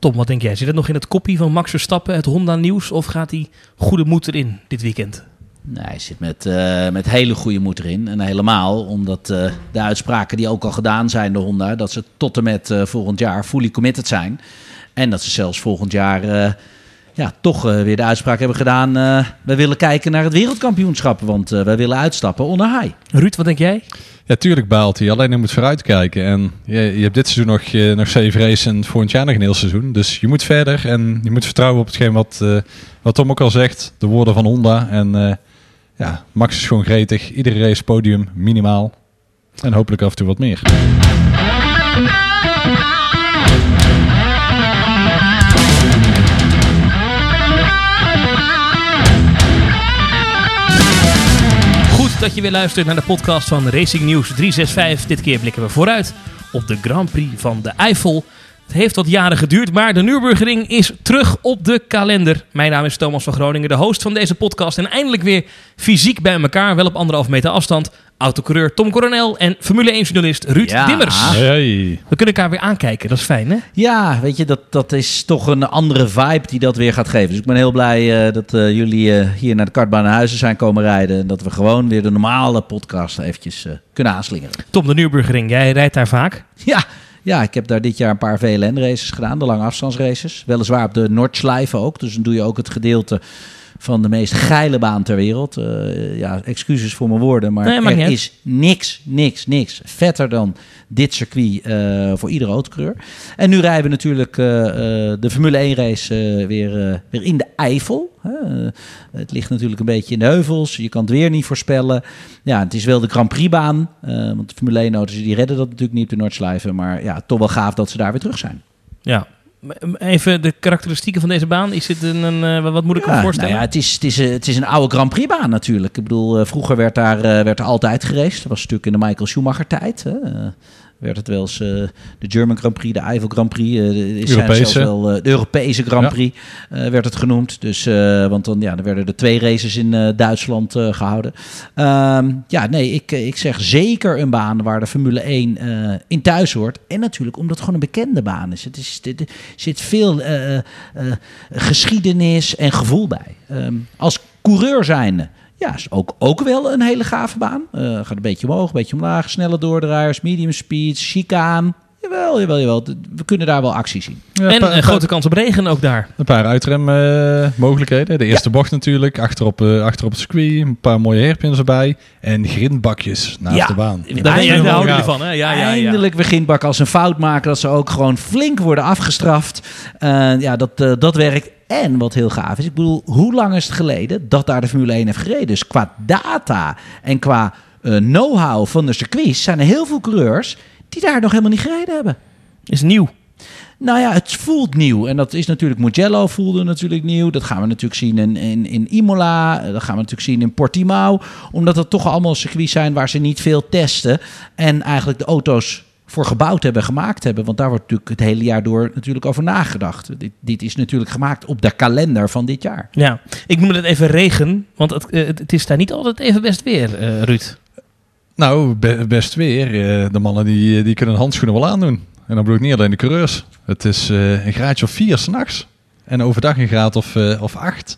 Tom, wat denk jij? Zit het nog in het koppie van Max Verstappen, het Honda-nieuws? Of gaat hij goede moed erin dit weekend? Nee, hij zit met hele goede moed erin. En helemaal omdat de uitspraken die ook al gedaan zijn door Honda... dat ze tot en met volgend jaar fully committed zijn. En dat ze zelfs volgend jaar toch weer de uitspraak hebben gedaan... wij willen kijken naar het wereldkampioenschap, want wij willen uitstappen onder high. Ruud, wat denk jij? Ja, tuurlijk baalt hij. Alleen hij moet vooruitkijken. En je hebt dit seizoen nog 7 races en volgend jaar nog een heel seizoen. Dus je moet verder en je moet vertrouwen op hetgeen wat Tom ook al zegt. De woorden van Honda. En Max is gewoon gretig. Iedere race podium minimaal. En hopelijk af en toe wat meer. Dat je weer luistert naar de podcast van Racing News 365. Dit keer blikken we vooruit op de Grand Prix van de Eifel. Het heeft wat jaren geduurd, maar de Nürburgring is terug op de kalender. Mijn naam is Thomas van Groningen, de host van deze podcast. En eindelijk weer fysiek bij elkaar, wel op 1,5 meter afstand. Autocoureur Tom Coronel en Formule 1-journalist Ruud Dimmers. Hey. We kunnen elkaar weer aankijken, dat is fijn, hè? Ja, weet je, dat is toch een andere vibe die dat weer gaat geven. Dus ik ben heel blij dat jullie hier naar de kartbaan naar Huizen zijn komen rijden. En dat we gewoon weer de normale podcast eventjes kunnen aanslingeren. Tom, de Nürburgring, jij rijdt daar vaak? Ja, ik heb daar dit jaar een paar VLN-races gedaan, de lange afstandsraces. Weliswaar op de Nordschleife ook, dus dan doe je ook het gedeelte van de meest geile baan ter wereld. Excuses voor mijn woorden, maar er is niks vetter dan dit circuit voor iedere autocoureur. En nu rijden we natuurlijk de Formule 1 race weer in de Eifel. Het ligt natuurlijk een beetje in de heuvels. Je kan het weer niet voorspellen. Ja, het is wel de Grand Prix baan. Want de Formule 1 auto's die redden dat natuurlijk niet op de Nordschleife. Maar ja, toch wel gaaf dat ze daar weer terug zijn. Ja. Even de karakteristieken van deze baan. Is het wat moet ik me voorstellen? Nou ja, het is een oude Grand Prix baan natuurlijk. Ik bedoel, vroeger werd er altijd geraced. Dat was natuurlijk in de Michael Schumacher tijd. Werd het wel eens de German Grand Prix, de Eifel Grand Prix. Zelfs wel de Europese Grand Prix werd het genoemd. Dus, want dan werden er 2 races in Duitsland gehouden. Ik zeg zeker een baan waar de Formule 1 in thuis hoort. En natuurlijk omdat het gewoon een bekende baan is. Er zit veel geschiedenis en gevoel bij. Als coureur zijnde. Ja, is ook wel een hele gave baan. Gaat een beetje omhoog, een beetje omlaag. Snelle doordraaiers, medium speed, chicane. Jawel. We kunnen daar wel actie zien. Ja, en een grote kans op regen ook daar. Een paar uitremmogelijkheden. De eerste bocht natuurlijk. Achterop het circuit. Een paar mooie hairpins erbij. En grindbakjes naast de baan. Daar houden jullie van, hè? Ja. Eindelijk weer grindbak als een fout maken. Dat ze ook gewoon flink worden afgestraft. Dat werkt. En wat heel gaaf is, ik bedoel, hoe lang is het geleden dat daar de Formule 1 heeft gereden? Dus qua data en qua know-how van de circuits zijn er heel veel coureurs die daar nog helemaal niet gereden hebben. Is nieuw. Nou ja, het voelt nieuw. En dat is natuurlijk, Mugello voelde natuurlijk nieuw. Dat gaan we natuurlijk zien in Imola. Dat gaan we natuurlijk zien in Portimao. Omdat het toch allemaal circuits zijn waar ze niet veel testen. En eigenlijk de auto's voor gebouwd hebben, gemaakt hebben. Want daar wordt natuurlijk het hele jaar door natuurlijk over nagedacht. Dit is natuurlijk gemaakt op de kalender van dit jaar. Ja, ik noem het even regen. Want het is daar niet altijd even best weer, Ruud. Nou, best weer. De mannen die kunnen handschoenen wel aandoen. En dan bedoel ik niet alleen de coureurs. Het is een graadje of 4 s'nachts. En overdag een graad of 8.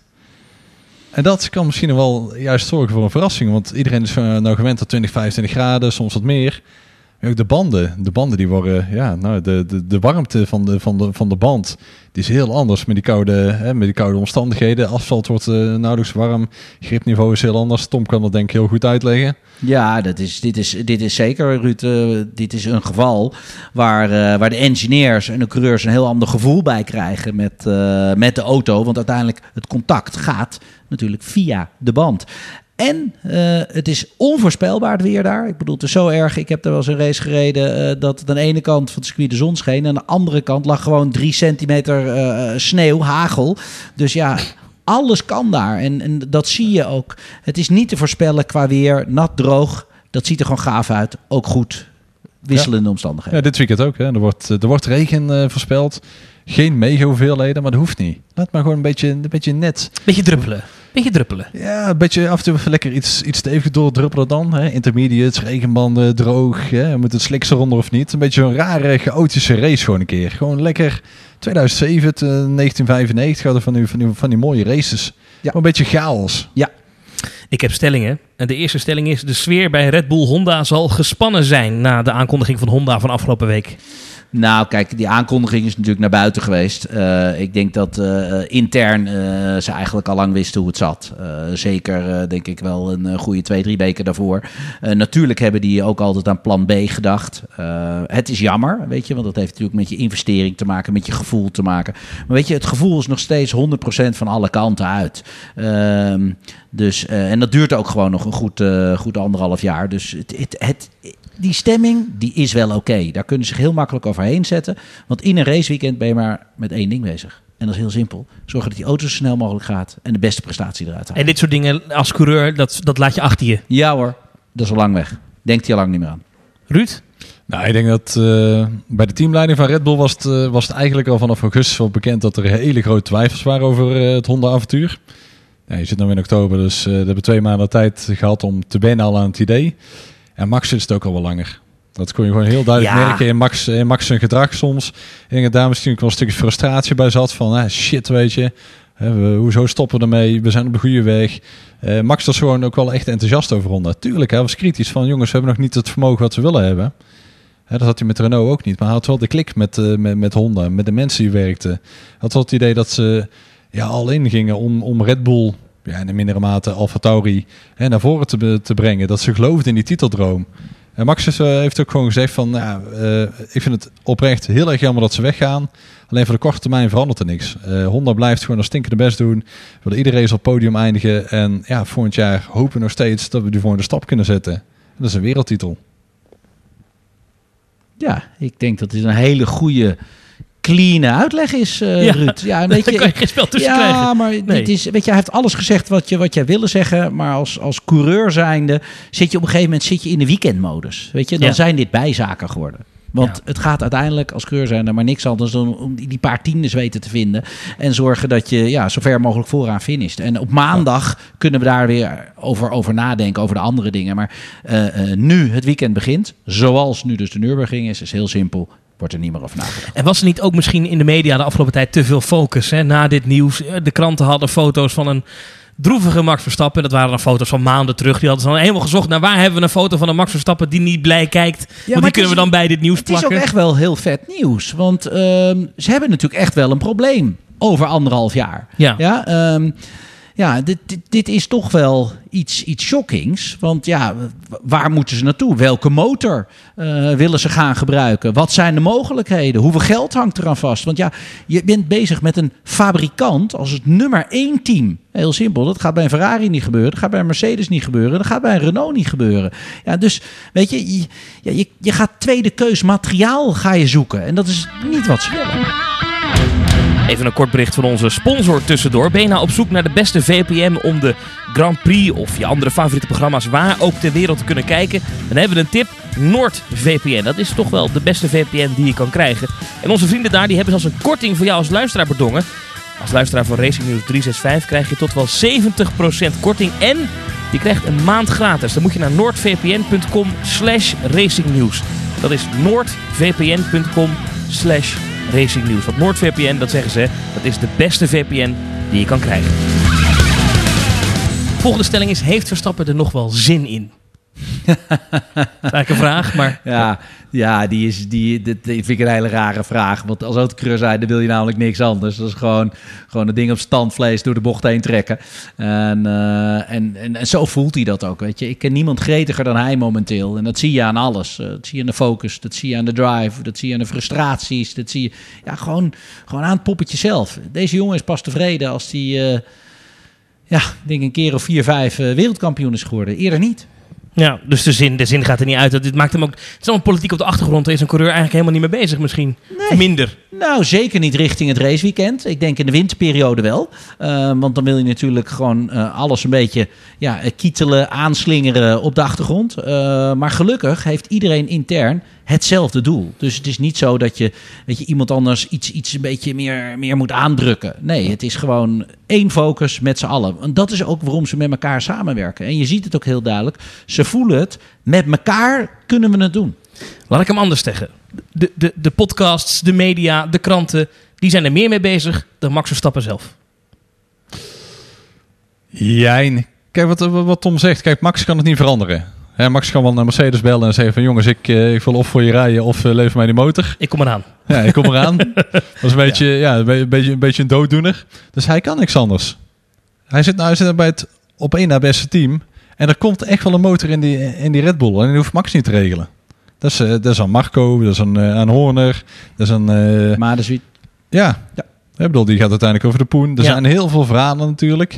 En dat kan misschien nog wel juist zorgen voor een verrassing. Want iedereen is nou gewend tot 20, 25 graden, soms wat meer. Ook de banden die worden, de warmte van de band, die is heel anders met die koude omstandigheden. Asfalt wordt nauwelijks warm, gripniveau is heel anders. Tom kan dat denk ik heel goed uitleggen. Ja, dit is zeker, Ruud. Dit is een geval waar de engineers en de coureurs een heel ander gevoel bij krijgen met de auto. Want uiteindelijk het contact gaat natuurlijk via de band. En het is onvoorspelbaar het weer daar. Ik bedoel, het is zo erg. Ik heb er wel eens een race gereden dat aan de ene kant van het circuit de zon scheen. En aan de andere kant lag gewoon 3 centimeter sneeuw, hagel. Dus ja, alles kan daar. En dat zie je ook. Het is niet te voorspellen qua weer. Nat, droog. Dat ziet er gewoon gaaf uit. Ook goed. Wisselende omstandigheden. Ja, dit weekend ook. Hè. Er wordt regen voorspeld. Geen mega hoeveelheden, maar dat hoeft niet. Laat maar gewoon een beetje net. Beetje druppelen. Beetje druppelen. Ja, een beetje af en toe even lekker iets stevig doordruppelen dan. Hè. Intermediates, regenbanden, droog. Hè. Moet het sliks eronder of niet? Een beetje zo'n rare, chaotische race gewoon een keer. Gewoon lekker 2007 tot 1995 hadden van die mooie races. Ja. Gewoon een beetje chaos. Ja. Ik heb stellingen. En de eerste stelling is: de sfeer bij Red Bull Honda zal gespannen zijn na de aankondiging van Honda van afgelopen week. Nou, kijk, die aankondiging is natuurlijk naar buiten geweest. Ik denk dat intern ze eigenlijk al lang wisten hoe het zat. Zeker, denk ik, wel een goede 2-3 weken daarvoor. Natuurlijk hebben die ook altijd aan plan B gedacht. Het is jammer, weet je, want dat heeft natuurlijk met je investering te maken, met je gevoel te maken. Maar weet je, het gevoel is nog steeds 100% van alle kanten uit. En dat duurt ook gewoon nog een goed 1,5 jaar. Dus die stemming, die is wel oké. Daar kunnen ze zich heel makkelijk overheen zetten. Want in een raceweekend ben je maar met 1 ding bezig. En dat is heel simpel. Zorgen dat die auto zo snel mogelijk gaat en de beste prestatie eruit halen. En dit soort dingen als coureur, dat laat je achter je. Ja hoor, dat is al lang weg. Denkt hij al lang niet meer aan. Ruud? Nou, ik denk dat bij de teamleiding van Red Bull was het eigenlijk al vanaf augustus wel bekend dat er hele grote twijfels waren over het Honda-avontuur. Ja, je zit nu in oktober, dus we hebben 2 maanden tijd gehad om te wennen al aan het idee. En Max zit het ook al wel langer. Dat kon je gewoon heel duidelijk merken in Max zijn gedrag soms. Ik denk dat daar misschien ook wel een stukje frustratie bij zat. Van shit, weet je. Hoezo stoppen we ermee? We zijn op de goede weg. Max was gewoon ook wel echt enthousiast over Honda. Tuurlijk, hij was kritisch van jongens, we hebben nog niet het vermogen wat we willen hebben. Dat had hij met Renault ook niet. Maar hij had wel de klik met Honda, met de mensen die werkten. Hij had wel het idee dat ze al in gingen om Red Bull, in een mindere mate AlphaTauri, naar voren te brengen. Dat ze geloofden in die titeldroom. En Max heeft ook gewoon gezegd van, ik vind het oprecht heel erg jammer dat ze weggaan. Alleen voor de korte termijn verandert er niks. Honda blijft gewoon een stinkende best doen. We willen iedereen op het podium eindigen. En volgend jaar hopen we nog steeds dat we die volgende stap kunnen zetten. En dat is een wereldtitel. Ja, ik denk dat dit een hele goede, clean uitleg is, Ruud. Ja, een beetje, daar kan je geen spel tussen krijgen. Ja, maar dit is, weet je, hij heeft alles gezegd wat jij wilde zeggen. Maar als coureur zijnde zit je op een gegeven moment in de weekendmodus. Weet je, dan zijn dit bijzaken geworden. Want het gaat uiteindelijk als coureur zijnde maar niks anders dan om die paar tiendes weten te vinden. En zorgen dat je zo ver mogelijk vooraan finisht. En op maandag kunnen we daar weer over nadenken, over de andere dingen. Maar nu het weekend begint, zoals nu dus de Nürburgring is heel simpel. Wordt er niet meer over nagedacht. En was er niet ook misschien in de media de afgelopen tijd te veel focus? Hè? Na dit nieuws, de kranten hadden foto's van een droevige Max Verstappen. Dat waren dan foto's van maanden terug. Die hadden ze dan helemaal gezocht naar waar hebben we een foto van een Max Verstappen die niet blij kijkt. Ja, want die kunnen we dan bij dit nieuws plakken. Het is ook echt wel heel vet nieuws. Want ze hebben natuurlijk echt wel een probleem over 1,5 jaar. Ja, dit is toch wel iets shockings. Want waar moeten ze naartoe? Welke motor willen ze gaan gebruiken? Wat zijn de mogelijkheden? Hoeveel geld hangt eraan vast? Want je bent bezig met een fabrikant als het nummer 1 team. Heel simpel, dat gaat bij een Ferrari niet gebeuren. Dat gaat bij een Mercedes niet gebeuren. Dat gaat bij een Renault niet gebeuren. Ja, dus weet je gaat tweede keus materiaal ga je zoeken. En dat is niet wat ze willen. Even een kort bericht van onze sponsor tussendoor. Ben je nou op zoek naar de beste VPN om de Grand Prix of je andere favoriete programma's waar ook ter wereld te kunnen kijken? Dan hebben we een tip. NordVPN. Dat is toch wel de beste VPN die je kan krijgen. En onze vrienden daar die hebben zelfs een korting voor jou als luisteraar bedongen. Als luisteraar van Racing News 365 krijg je tot wel 70% korting. En je krijgt een maand gratis. Dan moet je naar noordvpn.com/racingnews. Dat is noordvpn.com/racingnews. Want NordVPN, dat zeggen ze, dat is de beste VPN die je kan krijgen. Volgende stelling is, heeft Verstappen er nog wel zin in? Dat is eigenlijk een vraag, maar... Ja, die vind ik een hele rare vraag. Want als autocoureur zijn, dan wil je namelijk niks anders. Dat is gewoon het ding op standvlees door de bocht heen trekken. En zo voelt hij dat ook, weet je. Ik ken niemand gretiger dan hij momenteel. En dat zie je aan alles. Dat zie je aan de focus, dat zie je aan de drive, dat zie je aan de frustraties. Dat zie je gewoon aan het poppetje zelf. Deze jongen is pas tevreden als hij, ik denk een keer of 4, 5 wereldkampioen is geworden. Eerder niet. Ja, dus de zin gaat er niet uit. Dit maakt hem ook... Het is allemaal politiek op de achtergrond. Er is een coureur eigenlijk helemaal niet mee bezig misschien. Nee. Minder. Nou, zeker niet richting het raceweekend. Ik denk in de winterperiode wel. Want dan wil je natuurlijk gewoon alles een beetje kietelen, aanslingeren op de achtergrond. Maar gelukkig heeft iedereen intern hetzelfde doel. Dus het is niet zo dat je iemand anders iets een beetje meer moet aandrukken. Nee, het is gewoon één focus met z'n allen. En dat is ook waarom ze met elkaar samenwerken. En je ziet het ook heel duidelijk. Ze voelen het. Met elkaar kunnen we het doen. Laat ik hem anders zeggen. De podcasts, de media, de kranten, die zijn er meer mee bezig dan Max Verstappen zelf. Ja, kijk wat Tom zegt. Kijk, Max kan het niet veranderen. Max kan wel naar Mercedes bellen en zeggen van jongens, ik wil of voor je rijden of lever mij die motor. Ik kom eraan. Ja, ik kom eraan. Dat is een beetje een dooddoener. Dus hij kan niks anders. Hij zit bij het op één na beste team. En er komt echt wel een motor in die Red Bull. En die hoeft Max niet te regelen. Dat is aan Marco, dat is aan Horner, dat is aan... Maar dus ja. Ik bedoel, die gaat uiteindelijk over de poen. Er zijn heel veel verhalen natuurlijk.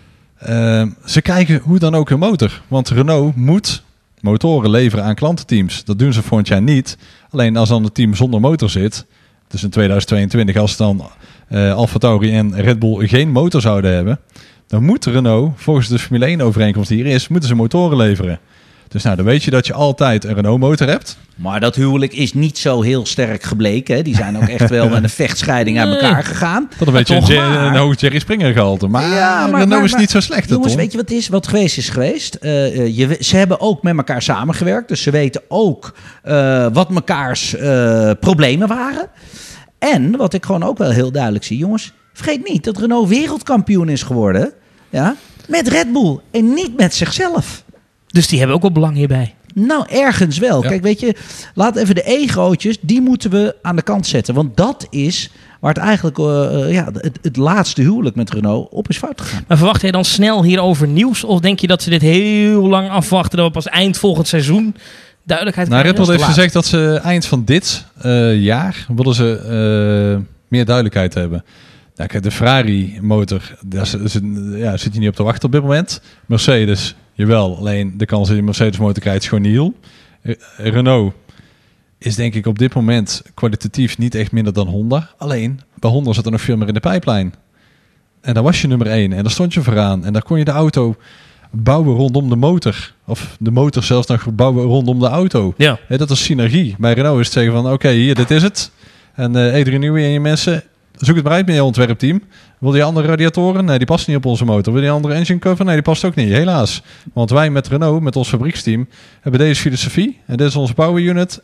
Ze krijgen hoe dan ook een motor. Want Renault moet motoren leveren aan klantenteams. Dat doen ze volgend jaar niet. Alleen als dan het team zonder motor zit, dus in 2022, als dan AlphaTauri en Red Bull geen motor zouden hebben, dan moet Renault, volgens de Formule 1 overeenkomst die hier is, moeten ze motoren leveren. Dus dan weet je dat je altijd een Renault motor hebt. Maar dat huwelijk is niet zo heel sterk gebleken. Hè? Die zijn ook echt wel met een vechtscheiding uit elkaar gegaan. Dat een beetje een hoog Jerry Springer gehalte. Maar Renault is niet zo slecht. Jongens, weet je wat is? Wat geweest is geweest. Ze hebben ook met elkaar samengewerkt. Dus ze weten ook wat mekaars problemen waren. En wat ik gewoon ook wel heel duidelijk zie. Jongens, vergeet niet dat Renault wereldkampioen is geworden. Ja? Met Red Bull en niet met zichzelf. Dus die hebben ook wel belang hierbij. Nou, ergens wel. Ja. Kijk, weet je, laat even de egootjes, die moeten we aan de kant zetten. Want dat is waar het eigenlijk het laatste huwelijk met Renault op is fout gegaan. Maar verwacht jij dan snel hierover nieuws? Of denk je dat ze dit heel lang afwachten, dat we pas eind volgend seizoen duidelijkheid krijgen? Red Bull heeft gezegd dat ze eind van dit jaar willen ze meer duidelijkheid hebben. Nou, kijk, de Ferrari motor, daar zit je niet op te wachten op dit moment. Mercedes, jawel, alleen de kans dat je Mercedes motor krijgt is gewoon nihil. Renault is denk ik op dit moment kwalitatief niet echt minder dan Honda. Alleen, bij Honda zat er nog veel meer in de pijplijn. En daar was je nummer 1 en daar stond je vooraan. En daar kon je de auto bouwen rondom de motor. Of de motor zelfs nog bouwen rondom de auto. Ja. Dat is synergie. Bij Renault is het zeggen van oké, hier, dit is het. En Adrian Newey en je mensen, zoek het maar uit met je ontwerpteam. Wil je andere radiatoren? Nee, die past niet op onze motor. Wil je andere engine cover? Nee, die past ook niet. Helaas. Want wij met Renault, met ons fabrieksteam, hebben deze filosofie. En dit is onze power unit.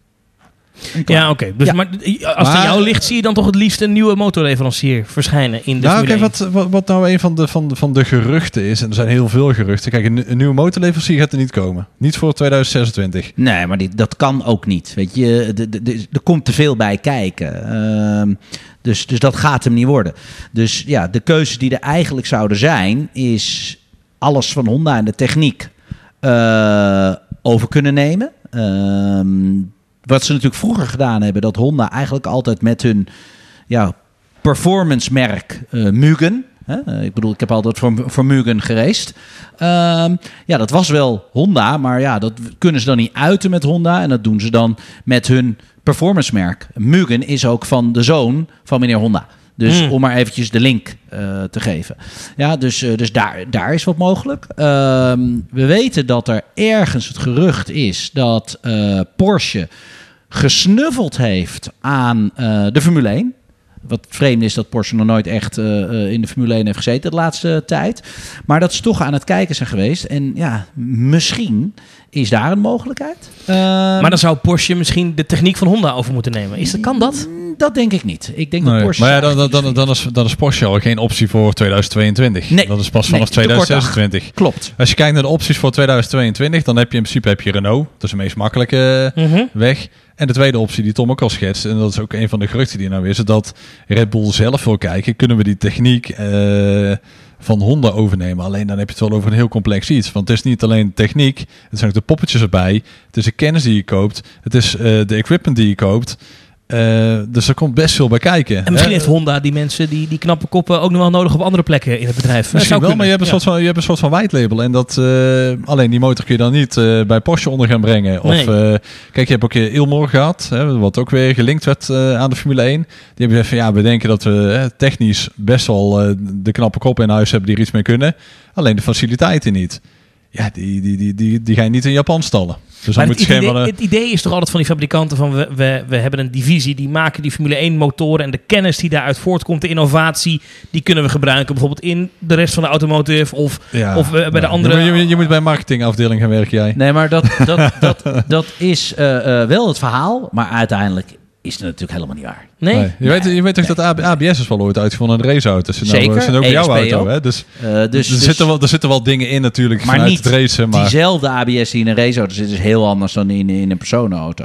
Ja, oké. Dus, maar als het aan jou ligt, zie je dan toch het liefst een nieuwe motorleverancier verschijnen in de Formule 1? Wat nou een van de geruchten is, en er zijn heel veel geruchten. Kijk, een nieuwe motorleverancier gaat er niet komen. Niet voor 2026. Nee, maar dat kan ook niet. Weet je, er komt te veel bij kijken. Dus dat gaat hem niet worden. Dus ja, de keuzes die er eigenlijk zouden zijn, is alles van Honda en de techniek over kunnen nemen. Wat ze natuurlijk vroeger gedaan hebben, dat Honda eigenlijk altijd met hun performance merk Mugen. Ik bedoel, ik heb altijd voor Mugen geraced. Dat was wel Honda, maar dat kunnen ze dan niet uiten met Honda. En dat doen ze dan met hun performance merk. Mugen is ook van de zoon van meneer Honda. Dus om maar eventjes de link te geven. Ja, dus daar is wat mogelijk. We weten dat er ergens het gerucht is dat Porsche gesnuffeld heeft aan de Formule 1. Wat vreemd is dat Porsche nog nooit echt in de Formule 1 heeft gezeten de laatste tijd. Maar dat ze toch aan het kijken zijn geweest. En ja, misschien is daar een mogelijkheid. Maar dan zou Porsche misschien de techniek van Honda over moeten nemen. Kan dat? Dat denk ik niet. Ik denk dat Porsche... Maar dan is Porsche al geen optie voor 2022. Nee, dat is pas vanaf 2026. Klopt. Als je kijkt naar de opties voor 2022, dan heb je in principe Renault. Dat is de meest makkelijke weg. En de tweede optie die Tom ook al schetst, en dat is ook een van de geruchten die nou is, dat Red Bull zelf wil kijken, kunnen we die techniek van Honda overnemen. Alleen dan heb je het wel over een heel complex iets. Want het is niet alleen techniek, het zijn ook de poppetjes erbij. Het is de kennis die je koopt. Het is de equipment die je koopt. Dus er komt best veel bij kijken. En misschien heeft Honda die mensen, die knappe koppen, ook nog wel nodig op andere plekken in het bedrijf. Misschien wel, maar je hebt een soort van white label. En dat alleen die motor kun je dan niet bij Porsche onder gaan brengen. Of kijk, je hebt ook Ilmor gehad, wat ook weer gelinkt werd aan de Formule 1. Die hebben gezegd van we denken dat we technisch best wel de knappe koppen in huis hebben die er iets mee kunnen. Alleen de faciliteiten niet. Ja, die ga je niet in Japan stallen. Dus Maar dan het idee is toch altijd van die fabrikanten van we hebben een divisie, die maken die Formule 1 motoren en de kennis die daaruit voortkomt, de innovatie, die kunnen we gebruiken bijvoorbeeld in de rest van de automotive of bij de andere... Je moet bij een marketingafdeling gaan werken, jij. Nee, maar dat is wel het verhaal, maar uiteindelijk is het natuurlijk helemaal niet waar. Nee? Je weet toch dat ABS is wel ooit uitgevonden in raceauto's. Zeker. Dat is ook jouw auto, ook. hè? Dus Er zitten wel dingen in natuurlijk maar vanuit niet het racen. Maar diezelfde ABS die in een raceauto zit, is heel anders dan in een personenauto.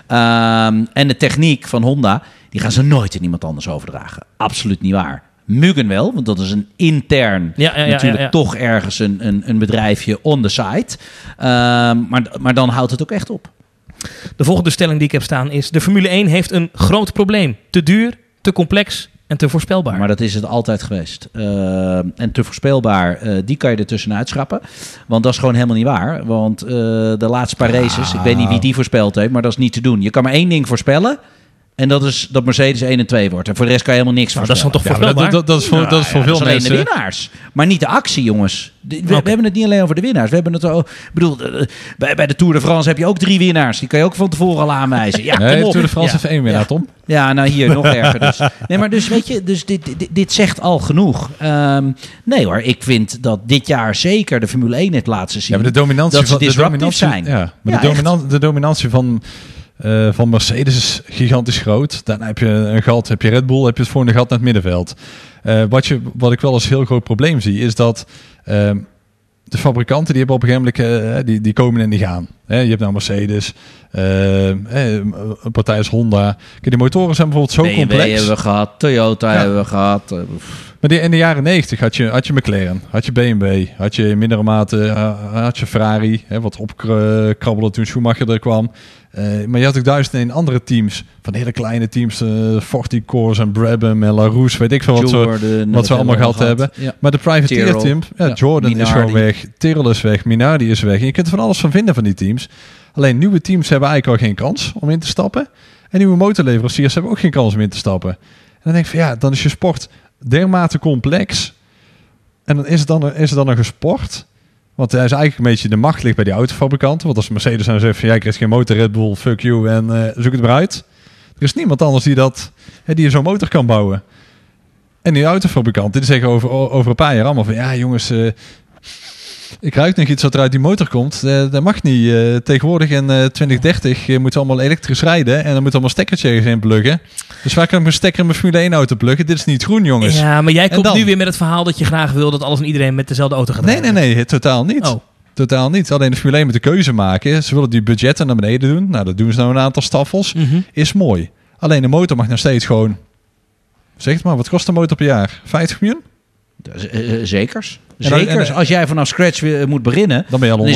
En de techniek van Honda, die gaan ze nooit in iemand anders overdragen. Absoluut niet waar. Mugen wel, want dat is een intern natuurlijk toch ergens een bedrijfje on the side. Maar dan houdt het ook echt op. De volgende stelling die ik heb staan is: de Formule 1 heeft een groot probleem. Te duur, te complex en te voorspelbaar. Maar dat is het altijd geweest. En te voorspelbaar, die kan je er tussenuit schrappen. Want dat is gewoon helemaal niet waar. Want de laatste paar races, ik weet niet wie die voorspeld heeft, maar dat is niet te doen. Je kan maar één ding voorspellen. En dat is dat Mercedes 1 en 2 wordt. En voor de rest kan je helemaal niks voorspellen. Dat is dan toch voorspelbaar? dat is voor veel alleen mensen. de winnaars. Maar niet de actie, jongens. We hebben het niet alleen over de winnaars. We hebben het ook... bij de Tour de France heb je ook 3 winnaars. Die kan je ook van tevoren al aanwijzen. Ja, Nee, de Tour de France heeft 1 winnaar, Tom. Ja, nou hier nog erger dus. Nee, maar dus weet je, dus dit zegt al genoeg. Nee hoor, ik vind dat dit jaar zeker de Formule 1 het laatste zien. Ja, maar de dominantie dat ze van disruptief zijn. Ja, maar de dominantie van Mercedes is gigantisch groot. Dan heb je een gat, heb je Red Bull, heb je het volgende gat naar het middenveld. Wat ik wel als heel groot probleem zie, is dat de fabrikanten die hebben op een gegeven moment die komen en die gaan. Je hebt nou Mercedes, een partij als Honda. Die motoren zijn bijvoorbeeld zo BMW complex. hebben we gehad, Toyota hebben we gehad. Maar in de jaren 90 had je McLaren, had je BMW, had je in mindere mate had je Ferrari, wat opkrabbelde toen Schumacher er kwam. Maar je had ook 1001 andere teams, van hele kleine teams, Forti Corse en Brabham en LaRousse, weet ik veel wat ze allemaal gehad hebben. Ja. Maar de privateer team, Jordan Minardi is gewoon weg, Tyrrell is weg, Minardi is weg. En je kunt er van alles van vinden van die teams. Alleen nieuwe teams hebben eigenlijk al geen kans om in te stappen. En nieuwe motorleveranciers hebben ook geen kans om in te stappen. En dan denk ik van dan is je sport dermate complex. En dan is het dan een sport. Want hij is eigenlijk een beetje de macht ligt bij die autofabrikanten. Want als Mercedes dan zegt van jij krijgt geen motor, Red Bull, fuck you en zoek het maar uit. Er is niemand anders die zo'n motor kan bouwen. En die autofabrikanten die zeggen over een paar jaar allemaal van ja jongens, ik ruik nog iets wat er uit die motor komt. Dat mag niet. Tegenwoordig in 2030 moeten we allemaal elektrisch rijden. En dan moeten allemaal stekkertjes in pluggen. Dus waar kan ik mijn stekker in mijn Formule 1 auto pluggen? Dit is niet groen, jongens. Ja, maar jij komt nu weer met het verhaal dat je graag wil dat alles en iedereen met dezelfde auto gaat rijden. Nee, totaal niet. Oh. Totaal niet. Alleen de Formule 1 moet de keuze maken. Ze willen die budgetten naar beneden doen. Nou, dat doen ze nou een aantal staffels. Mm-hmm. Is mooi. Alleen de motor mag nog steeds gewoon... Zeg het maar, wat kost de motor per jaar? 50 miljoen? Zekers. Zeker. Als jij vanaf scratch weer moet beginnen, dan ben je al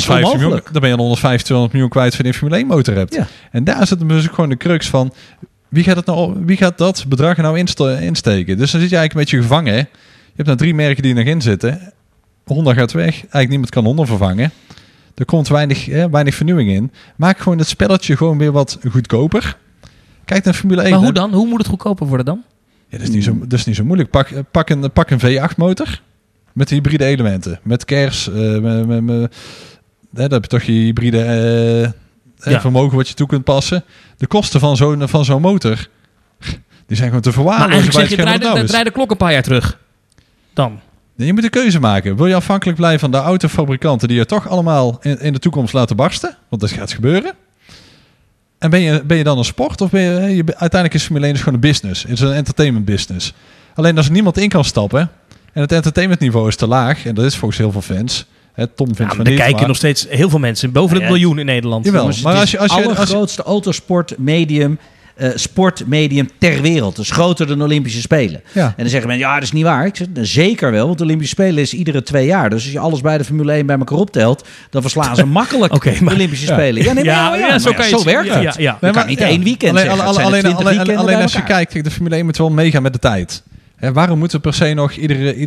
125 miljoen kwijt voor die Formule 1 motor hebt. Ja. En daar zit dus ook gewoon de crux van wie gaat dat bedrag nou insteken? Dus dan zit je eigenlijk een beetje gevangen. Hè? Je hebt nou 3 merken die er nog in zitten. Honda gaat weg. Eigenlijk niemand kan Honda vervangen. Er komt weinig vernieuwing in. Maak gewoon het spelletje gewoon weer wat goedkoper. Kijk naar Formule 1. Maar hoe dan? Hoe moet het goedkoper worden dan? Ja, dat is niet zo moeilijk. Pak een V8 motor met hybride elementen. Met kers. Dan heb je toch je hybride vermogen wat je toe kunt passen. De kosten van zo'n motor, die zijn gewoon te verwaarlozen. Maar eigenlijk zeg je, draai de klok een paar jaar terug. Dan. Je moet een keuze maken. Wil je afhankelijk blijven van de autofabrikanten die je toch allemaal in de toekomst laten barsten? Want dat gaat gebeuren. En ben je dan een sport of uiteindelijk is Formule 1 dus gewoon een business. Het is een entertainment business. Alleen als er niemand in kan stappen en het entertainmentniveau is te laag, en dat is volgens heel veel fans. Tom vindt van niet. Er kijken nog steeds heel veel mensen, boven het miljoen in Nederland. Jawel, maar als je allergrootste autosportmedium, sportmedium ter wereld. Dus groter dan de Olympische Spelen. Ja. En dan zeggen mensen, ja, dat is niet waar. Ik zeg, zeker wel, want de Olympische Spelen is iedere 2 jaar. Dus als je alles bij de Formule 1 bij elkaar optelt, dan verslaan ze makkelijk de Olympische Spelen. Zo werkt het. Ja. Je kan niet 1 weekend alleen als je kijkt, de Formule 1 moet wel meegaan met de tijd. En waarom moet er per se nog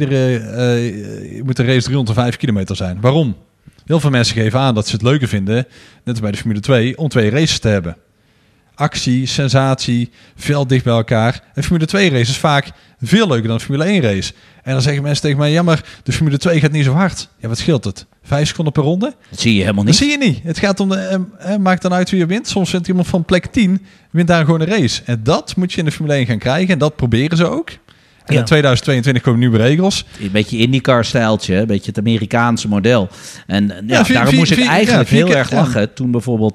moet de race 305 kilometer zijn? Waarom? Heel veel mensen geven aan dat ze het leuker vinden, net als bij de Formule 2, om 2 races te hebben. actie, sensatie, veel dicht bij elkaar. En Formule 2 race is vaak veel leuker dan een Formule 1 race. En dan zeggen mensen tegen mij, ja, maar de Formule 2 gaat niet zo hard. Ja, wat scheelt het? 5 seconden per ronde? Dat zie je helemaal Dat niet. zie je niet. Het gaat om maakt dan uit wie je wint. Soms wint iemand van plek 10, wint daar gewoon een race. En dat moet je in de Formule 1 gaan krijgen. En dat proberen ze ook. En in 2022 komen nieuwe regels. Een beetje IndyCar-stijltje, een beetje het Amerikaanse model. En daarom moest ik eigenlijk heel erg lachen toen bijvoorbeeld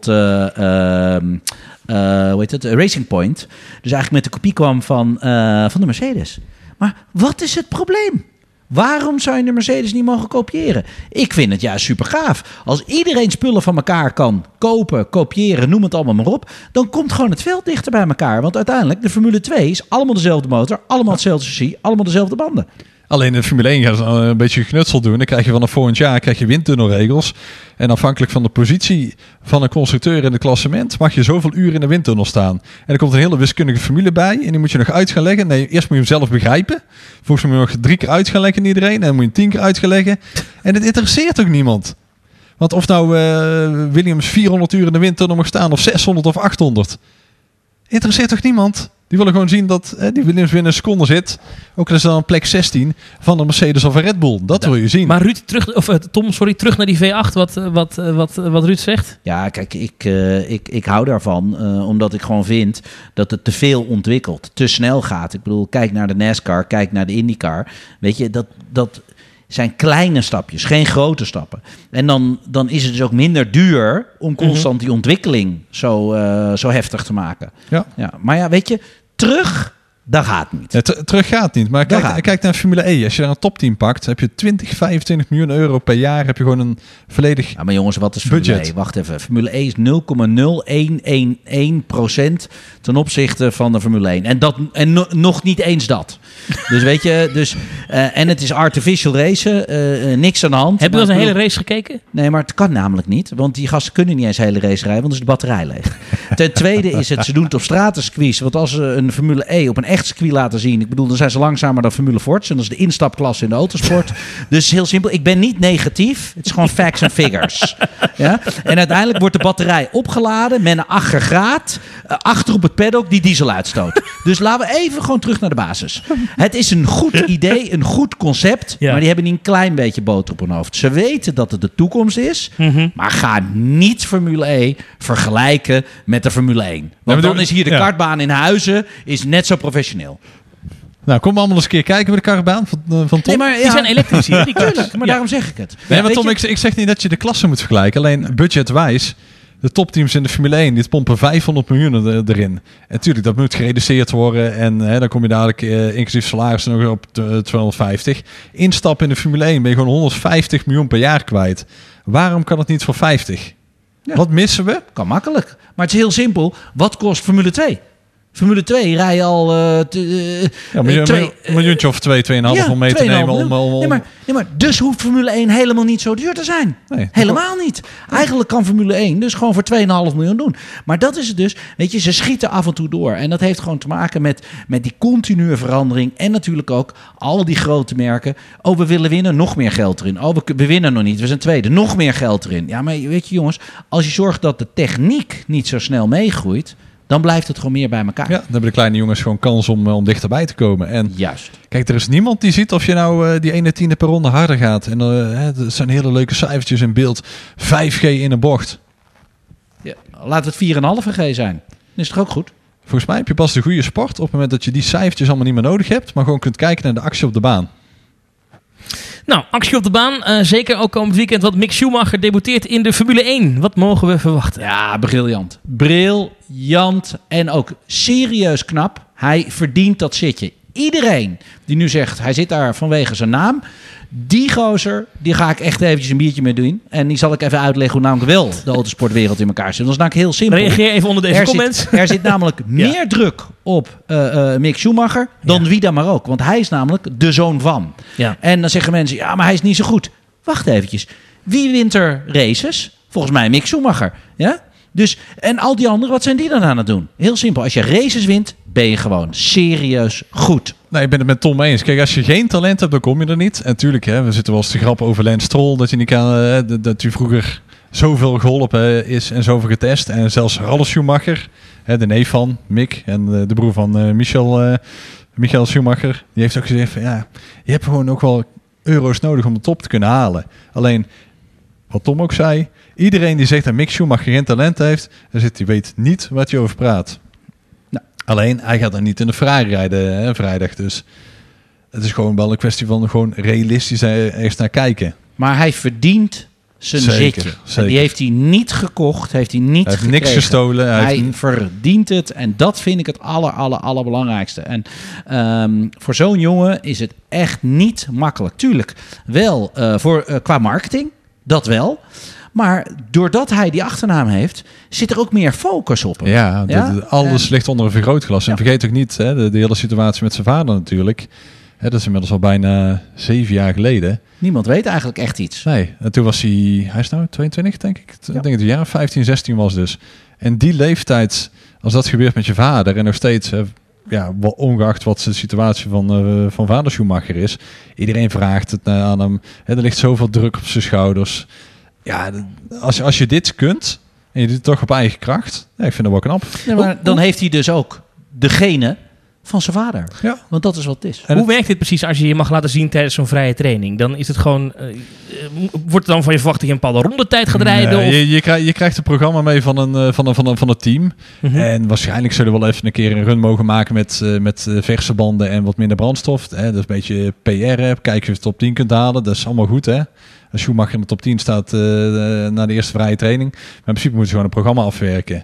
Racing Point dus eigenlijk met de kopie kwam van de Mercedes. Maar wat is het probleem? Waarom zou je de Mercedes niet mogen kopiëren? Ik vind het juist super gaaf. Als iedereen spullen van elkaar kan kopen, kopiëren, noem het allemaal maar op, dan komt gewoon het veld dichter bij elkaar. Want uiteindelijk, de Formule 2 is allemaal dezelfde motor, allemaal hetzelfde chassis, allemaal dezelfde banden. Alleen in de Formule 1 gaan ze een beetje geknutseld doen. Dan krijg je vanaf volgend jaar windtunnelregels. En afhankelijk van de positie van een constructeur in het klassement mag je zoveel uren in de windtunnel staan. En er komt een hele wiskundige formule bij. En die moet je nog uit gaan leggen. Nee, eerst moet je hem zelf begrijpen. Volgens mij moet je nog 3 keer uit gaan leggen in iedereen. En dan moet je 10 keer uit gaan leggen. En het interesseert ook niemand. Want of nou Williams 400 uur in de windtunnel mag staan of 600 of 800. Interesseert toch niemand? Die willen gewoon zien dat die Williams binnen een seconde zit. Ook al is dan een plek 16 van een Mercedes of een Red Bull. Dat wil je zien. Maar Ruud, terug naar die V8. Wat Ruud zegt. Ja, kijk, ik hou daarvan. Omdat ik gewoon vind dat het te veel ontwikkelt. Te snel gaat. Ik bedoel, kijk naar de NASCAR. Kijk naar de IndyCar. Weet je, dat zijn kleine stapjes. Geen grote stappen. En dan is het dus ook minder duur om constant die ontwikkeling zo heftig te maken. Ja. Maar ja, weet je, terug, dat gaat niet. Ja, terug gaat niet. Maar kijk naar Formule E. Als je daar een topteam pakt, heb je 20-25 miljoen euro per jaar. Heb je gewoon een volledig Ja, maar jongens, wat is Formule budget? E? Wacht even. Formule E is 0,0111% ten opzichte van de Formule 1. En nog niet eens dat. Dus weet je, en het is artificial racen. Niks aan de hand. Heb je wel eens een hele race gekeken? Nee, maar het kan namelijk niet. Want die gasten kunnen niet eens hele race rijden, want dan is de batterij leeg. Ten tweede is het, ze doen het op stratencircuits. Want als ze een Formule E op een echt circuit laten zien, ik bedoel, dan zijn ze langzamer dan Formule Fords. En dat is de instapklasse in de autosport. Dus heel simpel, ik ben niet negatief. Het is gewoon facts and figures. Ja? En uiteindelijk wordt de batterij opgeladen met een aggregaat achter op het paddock die diesel uitstoot. Dus laten we even gewoon terug naar de basis. Het is een goed idee, een goed concept, Ja. maar die hebben niet een klein beetje boter op hun hoofd. Ze weten dat het de toekomst is, maar ga niet Formule E vergelijken met de Formule 1. Want dan is hier de kartbaan in Huizen is net zo professioneel. Nou, kom allemaal eens een keer kijken bij de kartbaan van Tom. Nee, maar Die zijn elektrisch hier. Die tuurlijk, maar daarom zeg ik het. Nee, maar Weet Tom, je- ik zeg niet dat je de klassen moet vergelijken. Alleen budgetwijs, de topteams in de Formule 1, die pompen 500 miljoen erin. En natuurlijk, dat moet gereduceerd worden. En dan kom je dadelijk inclusief salaris nog op 250. Instappen in de Formule 1 ben je gewoon 150 miljoen per jaar kwijt. Waarom kan het niet voor 50? Ja. Wat missen we? Kan makkelijk. Maar het is heel simpel. Wat kost Formule 2? Formule 2 rij je al... Een miljoentje of 2,5 om mee te nemen. Om... Nee, maar dus hoeft Formule 1 helemaal niet zo duur te zijn. Nee. Helemaal niet. Eigenlijk kan Formule 1 dus gewoon voor 2,5 miljoen doen. Maar dat is het dus. Weet je, ze schieten af en toe door. En dat heeft gewoon te maken met die continue verandering. En natuurlijk ook al die grote merken. Oh, we willen winnen, nog meer geld erin. Oh, we winnen nog niet, we zijn tweede. Nog meer geld erin. Ja, maar weet je jongens, als je zorgt dat de techniek niet zo snel meegroeit, dan blijft het gewoon meer bij elkaar. Ja, dan hebben de kleine jongens gewoon kans om dichterbij te komen. En Juist. kijk, er is niemand die ziet of je nou die ene tiende per ronde harder gaat. En er zijn hele leuke cijfertjes in beeld. 5G in een bocht. Ja, laat het 4,5 G zijn. Dan is het toch ook goed? Volgens mij heb je pas de goede sport op het moment dat je die cijfertjes allemaal niet meer nodig hebt, maar gewoon kunt kijken naar de actie op de baan. Nou, actie op de baan. Zeker ook komend weekend, want Mick Schumacher debuteert in de Formule 1. Wat mogen we verwachten? Ja, briljant. Briljant en ook serieus knap. Hij verdient dat zitje. Iedereen die nu zegt, hij zit daar vanwege zijn naam. Die gozer, die ga ik echt eventjes een biertje mee doen. En die zal ik even uitleggen hoe namelijk wel de autosportwereld in elkaar zit. Dat is namelijk heel simpel. Reageer even onder deze comments. Er zit namelijk meer druk op Mick Schumacher dan wie dan maar ook. Want hij is namelijk de zoon van. Ja. En dan zeggen mensen, ja, maar hij is niet zo goed. Wacht eventjes. Wie wint er races? Volgens mij Mick Schumacher. Ja? Dus, en al die anderen, wat zijn die dan aan het doen? Heel simpel. Als je races wint, ben je gewoon serieus goed. Nee, ik ben het met Tom eens. Kijk, als je geen talent hebt, dan kom je er niet. En natuurlijk, we zitten wel eens te grappen over Lance Stroll. Dat je niet kan, dat hij vroeger zoveel geholpen is en zoveel getest. En zelfs Ralf Schumacher, de neef van Mick en de broer van Michael Schumacher, die heeft ook gezegd van je hebt gewoon ook wel euro's nodig om de top te kunnen halen. Alleen, wat Tom ook zei, iedereen die zegt dat Mick Schumacher geen talent heeft, die weet niet wat je over praat. Nou. Alleen, hij gaat dan niet in de Ferrari rijden vrijdag. Dus het is gewoon wel een kwestie van gewoon realistisch eerst naar kijken. Maar hij verdient zijn zitje. Zeker. Die heeft hij niet gekocht, heeft hij niet gekregen. Niks gestolen. Hij verdient het en dat vind ik het allerbelangrijkste. En voor zo'n jongen is het echt niet makkelijk. Tuurlijk, wel qua marketing, dat wel. Maar doordat hij die achternaam heeft, zit er ook meer focus op hem. Ja, alles ligt onder een vergrootglas. En vergeet ook niet de hele situatie met zijn vader natuurlijk. Dat is inmiddels al bijna 7 jaar geleden. Niemand weet eigenlijk echt iets. Nee, en toen was hij is nou 22 denk ik. Ik denk dat hij 15, 16 was dus. En die leeftijd, als dat gebeurt met je vader en nog steeds, ongeacht wat de situatie van vader Schumacher is, iedereen vraagt het aan hem. Er ligt zoveel druk op zijn schouders. Ja, als je dit kunt en je doet het toch op eigen kracht, ik vind dat wel knap. Ja, maar dan heeft hij dus ook de genen van zijn vader. Ja. Want dat is wat het is. En hoe werkt dit precies als je je mag laten zien tijdens zo'n vrije training? Dan is het gewoon... wordt het dan van je verwacht dat je een bepaalde rondetijd gaat rijden? Nee, je krijgt een programma mee van het team. Mm-hmm. En waarschijnlijk zullen we wel even een keer een run mogen maken met verse banden en wat minder brandstof. Dat is een beetje PR. Kijken of je de top 10 kunt halen. Dat is allemaal goed, hè? Als Schumacher in de top 10 staat na de eerste vrije training. Maar in principe moeten ze gewoon een programma afwerken.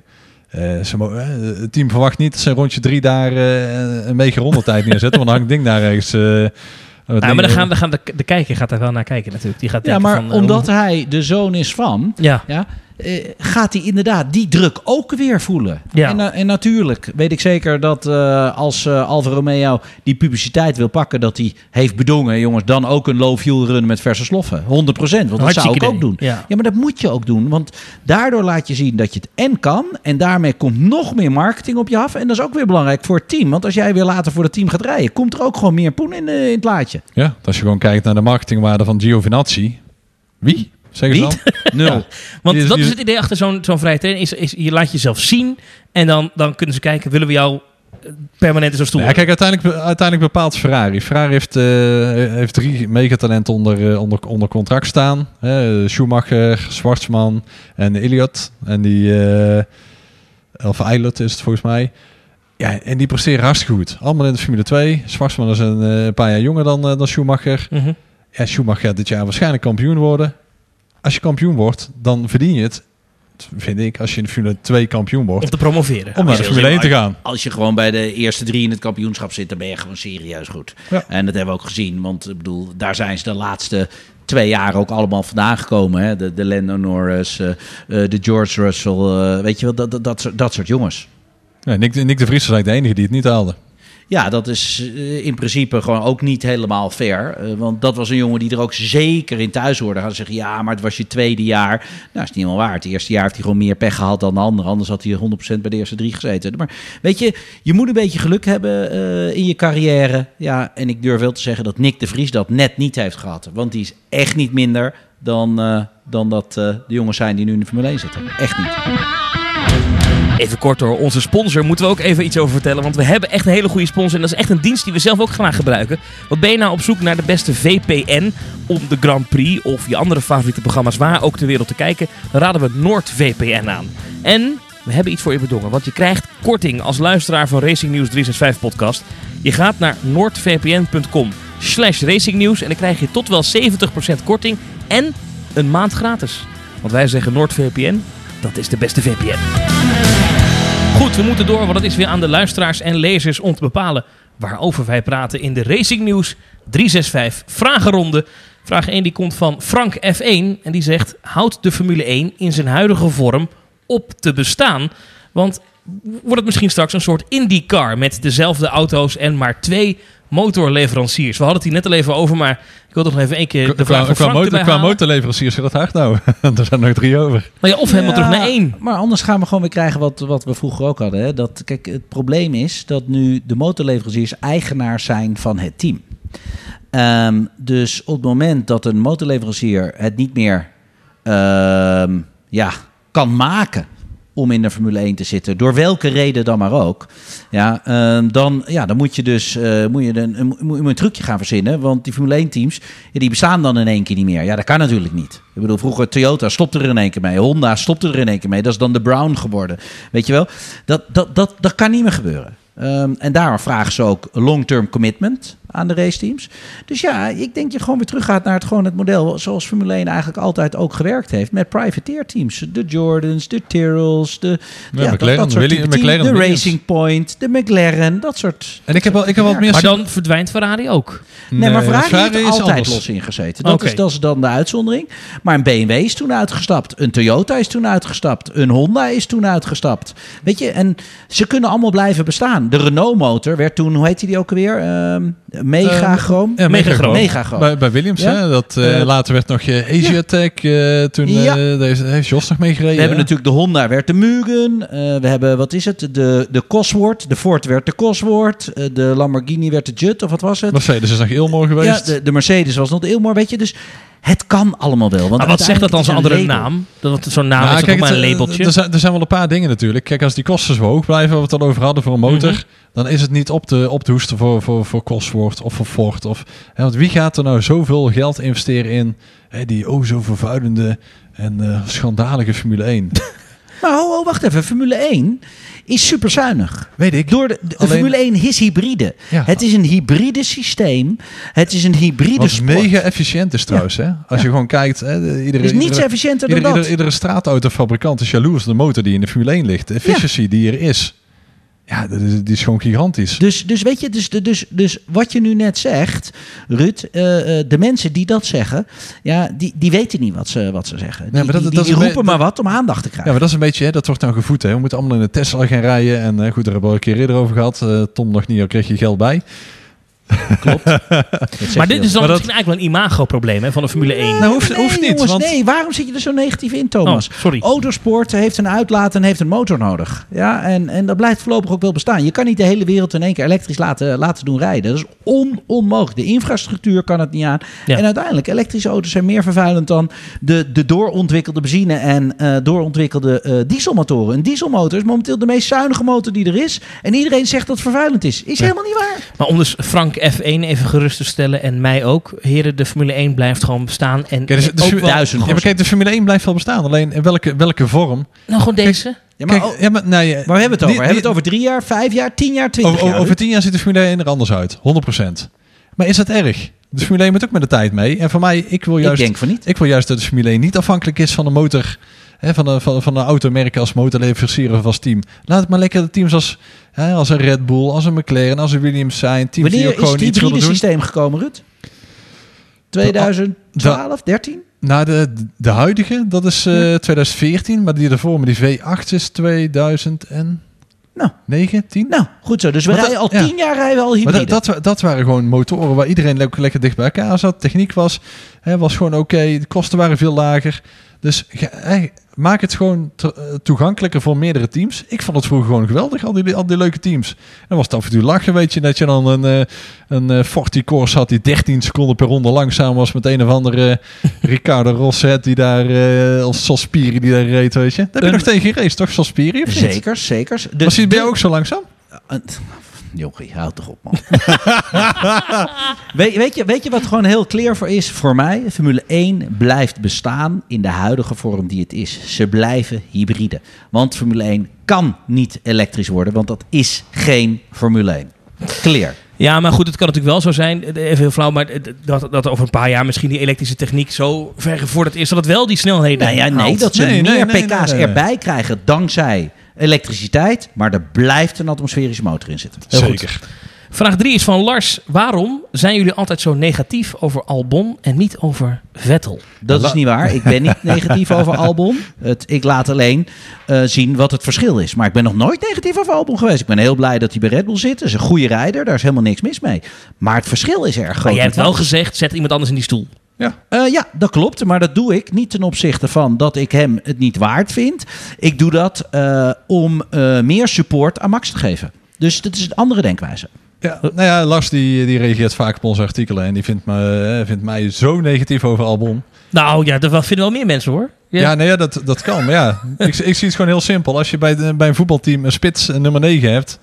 Het team verwacht niet dat ze een rondje 3 daar een mega rondetijd neerzetten. Want dan hangt het ding daar ergens... maar dan gaan de kijker gaat daar wel naar kijken natuurlijk. Die gaat maar omdat hij de zoon is van... gaat hij inderdaad die druk ook weer voelen. Ja. En natuurlijk weet ik zeker dat als Alfa Romeo die publiciteit wil pakken, dat hij heeft bedongen, jongens, dan ook een low fuel run met verse sloffen. 100%, want dat zou ik ook doen. Ja, maar dat moet je ook doen, want daardoor laat je zien dat je het en kan en daarmee komt nog meer marketing op je af en dat is ook weer belangrijk voor het team, want als jij weer later voor het team gaat rijden, komt er ook gewoon meer poen in het laadje. Ja, als je gewoon kijkt naar de marketingwaarde van Giovinazzi, wie? Zeg niet? 0. Want dat is het idee achter zo'n vrije training. Is je laat jezelf zien en dan kunnen ze kijken, willen we jou permanent in zo'n stoel? Ja, kijk, uiteindelijk bepaalt Ferrari. Ferrari heeft 3 megatalenten onder contract staan. Schumacher, Schwarzman en Elliott. En of Eilert is het volgens mij. Ja, en die presteren hartstikke goed. Allemaal in de Formule 2. Schwarzman is een paar jaar jonger dan Schumacher. Mm-hmm. Ja, Schumacher gaat dit jaar waarschijnlijk kampioen worden. Als je kampioen wordt, dan verdien je het, vind ik, als je in de Formule 2 kampioen wordt. Om te promoveren. Om naar de Formule 1 te gaan. Als je gewoon bij de eerste 3 in het kampioenschap zit, dan ben je gewoon serieus goed. Ja. En dat hebben we ook gezien, want ik bedoel, daar zijn ze de laatste 2 jaar ook allemaal vandaan gekomen. Hè? De Lando Norris, de George Russell, weet je wel, dat soort jongens. Ja, Nick de Vries was eigenlijk de enige die het niet haalde. Ja, dat is in principe gewoon ook niet helemaal fair. Want dat was een jongen die er ook zeker in thuis hoorde. Gaan zeggen, ja, maar het was je tweede jaar. Nou, is niet helemaal waar. Het eerste jaar heeft hij gewoon meer pech gehad dan de andere. Anders had hij 100% bij de eerste 3 gezeten. Maar weet je moet een beetje geluk hebben in je carrière. Ja, en ik durf wel te zeggen dat Nick de Vries dat net niet heeft gehad. Want die is echt niet minder dan dat de jongens zijn die nu in de Formule 1 zitten. Echt niet. Even kort door, onze sponsor moeten we ook even iets over vertellen. Want we hebben echt een hele goede sponsor. En dat is echt een dienst die we zelf ook graag gebruiken. Want ben je nou op zoek naar de beste VPN om de Grand Prix of je andere favoriete programma's waar ook ter wereld te kijken, dan raden we NordVPN aan. En we hebben iets voor je bedongen. Want je krijgt korting als luisteraar van Racing News 365 podcast. Je gaat naar nordvpn.com/racingnews en dan krijg je tot wel 70% korting en een maand gratis. Want wij zeggen NordVPN, dat is de beste VPN. Goed, we moeten door, want het is weer aan de luisteraars en lezers om te bepalen waarover wij praten in de Racing News 365 vragenronde. Vraag 1 die komt van Frank F1 en die zegt: houdt de Formule 1 in zijn huidige vorm op te bestaan? Want wordt het misschien straks een soort IndyCar met dezelfde auto's en maar 2 motorleveranciers? We hadden het hier net al even over, maar ik wil toch nog even één keer de vraag van Frank erbij halen. Qua motorleveranciers gaat het hard nou. Er zijn nog 3 over. Maar ja, of helemaal terug naar 1. Maar anders gaan we gewoon weer krijgen wat we vroeger ook hadden. Hè? Kijk, het probleem is dat nu de motorleveranciers eigenaars zijn van het team. Dus op het moment dat een motorleverancier het niet meer kan maken om in de Formule 1 te zitten, door welke reden dan maar ook, dan moet je dus een trucje gaan verzinnen, want die Formule 1 teams, die bestaan dan in één keer niet meer. Ja, dat kan natuurlijk niet. Ik bedoel, vroeger Toyota stopte er in één keer mee, Honda stopte er in één keer mee, dat is dan de Brown geworden. Weet je wel, dat kan niet meer gebeuren. En daarom vragen ze ook long-term commitment aan de raceteams. Dus ja, ik denk je gewoon weer teruggaat naar het model zoals Formule 1 eigenlijk altijd ook gewerkt heeft. Met privateerteams. De Jordans, de Tyrrells, de Racing Point, de McLaren, dat soort. En ik heb wat meer. Maar dan verdwijnt Ferrari ook. Nee, maar Ferrari heeft is altijd anders. los ingezeten. Dat is dan de uitzondering. Maar een BMW is toen uitgestapt. Een Toyota is toen uitgestapt. Een Honda is toen uitgestapt. Weet je, en ze kunnen allemaal blijven bestaan. De Renault motor werd toen, hoe heet die ook alweer? Megachroom. Megachroom. Bij Williams, hè? Dat later werd nog Asiatech. Toen heeft Jos nog meegereden. We hebben natuurlijk de Honda, werd de Mugen. We hebben, wat is het? De Cosworth. De Ford werd de Cosworth. De Lamborghini werd de Jet, of wat was het? Mercedes is nog Ilmor geweest. Ja, de Mercedes was nog de Ilmor, weet je. Dus het kan allemaal wel. Want maar wat zegt dat dan zo'n andere naam? Dat zo'n naam is toch maar een labeltje? Er zijn wel een paar dingen natuurlijk. Kijk, als die kosten zo hoog blijven, waar we het al over hadden voor een motor, dan is het niet op te hoesten voor Cosworth of voor Ford. Want wie gaat er nou zoveel geld investeren in die zo vervuilende en schandalige Formule 1? Maar wacht even. Formule 1 is super zuinig. Weet ik. Door de Formule 1 is hybride. Ja. Het is een hybride systeem. Het is een hybride sport. Wat mega efficiënt is trouwens. Hè? Als je gewoon kijkt. Het is niets efficiënter dan dat. Iedere straatautofabrikant is jaloers op de motor die in de Formule 1 ligt. De efficiëntie die er is. Ja, die is gewoon gigantisch. Dus weet je, dus wat je nu net zegt, Ruud, de mensen die dat zeggen, die weten niet wat ze zeggen. Die roepen maar wat om aandacht te krijgen. Ja, maar dat is een beetje, dat wordt dan gevoed. Hè. We moeten allemaal in de Tesla gaan rijden. En goed, daar hebben we al een keer eerder over gehad. Tom nog niet, al kreeg je geld bij. Klopt. Maar dit is dan misschien eigenlijk wel een imagoprobleem van de Formule 1. Nou, hoeft niet. Jongens, want waarom zit je er zo negatief in, Thomas? Sorry. Autosport heeft een uitlaat en heeft een motor nodig. Ja, en dat blijft voorlopig ook wel bestaan. Je kan niet de hele wereld in één keer elektrisch laten doen rijden. Dat is onmogelijk. De infrastructuur kan het niet aan. Ja. En uiteindelijk, elektrische auto's zijn meer vervuilend dan de doorontwikkelde benzine en doorontwikkelde dieselmotoren. Een dieselmotor is momenteel de meest zuinige motor die er is. En iedereen zegt dat het vervuilend is. Is helemaal niet waar. Maar om dus Frank F1 even gerust te stellen en mij ook. Heren, de Formule 1 blijft gewoon bestaan. En, kijk, maar kijk, de Formule 1 blijft wel bestaan. Alleen in welke vorm? Nou, gewoon deze. Ja, maar waar hebben we het over? Hebben we het over 3 jaar, 5 jaar, 10 jaar, 20 jaar? Over 10 jaar ziet de Formule 1 er anders uit. 100%. Maar is dat erg? De Formule 1 moet ook met de tijd mee. En voor mij, ik denk van niet. Ik wil juist dat de Formule 1 niet afhankelijk is van de motor, van de automerken als motorleverancier of als team. Laat het maar lekker de teams als een Red Bull, als een McLaren, als een Williams zijn. Teams die ook gewoon iets willen doen. Wanneer is het hybride systeem gekomen, Ruud? 2012, 13? Nou, de huidige, dat is 2014. Maar die ervoor met die V8 is 2009, 10. Nou, goed zo. Dus we rijden al 10 jaar al hybride. Maar dat waren gewoon motoren waar iedereen lekker dicht bij elkaar zat. Techniek was gewoon oké. De kosten waren veel lager. Dus maak het gewoon toegankelijker voor meerdere teams. Ik vond het vroeger gewoon geweldig, al die leuke teams. Dan was het af en toe lachen, weet je. Dat je dan een Forti Corse had die 13 seconden per ronde langzaam was met een of andere Riccardo Rosset die daar, als Sospiri die daar reed, weet je. Daar heb je nog tegen geraced, toch, Sospiri? Zeker. Was hij bij jou ook zo langzaam? Jochie, houd toch op, man. weet je wat gewoon heel clear voor is? Voor mij, Formule 1 blijft bestaan in de huidige vorm die het is. Ze blijven hybride. Want Formule 1 kan niet elektrisch worden, want dat is geen Formule 1. Clear. Ja, maar goed, het kan natuurlijk wel zo zijn, even heel flauw, maar dat over een paar jaar misschien die elektrische techniek zo ver gevorderd is, dat het wel die snelheden haalt. Dat ze meer pk's erbij krijgen dankzij elektriciteit, maar er blijft een atmosferische motor in zitten. Heel Zeker. Goed. Vraag 3 is van Lars. Waarom zijn jullie altijd zo negatief over Albon en niet over Vettel? Dat is niet waar. Ik ben niet negatief over Albon. Ik laat alleen zien wat het verschil is. Maar ik ben nog nooit negatief over Albon geweest. Ik ben heel blij dat hij bij Red Bull zit. Dat is een goede rijder. Daar is helemaal niks mis mee. Maar het verschil is erg groot. Maar jij hebt wel gezegd, zet iemand anders in die stoel. Ja, dat klopt. Maar dat doe ik niet ten opzichte van dat ik hem het niet waard vind. Ik doe dat om meer support aan Max te geven. Dus dat is een andere denkwijze. Ja, nou ja, Lars die reageert vaak op onze artikelen en die vindt mij zo negatief over Albon. Nou ja, dat vinden wel meer mensen hoor. Ja, nee, dat kan. Maar ja, ik zie het gewoon heel simpel. Als je bij een voetbalteam een spits nummer 9 hebt...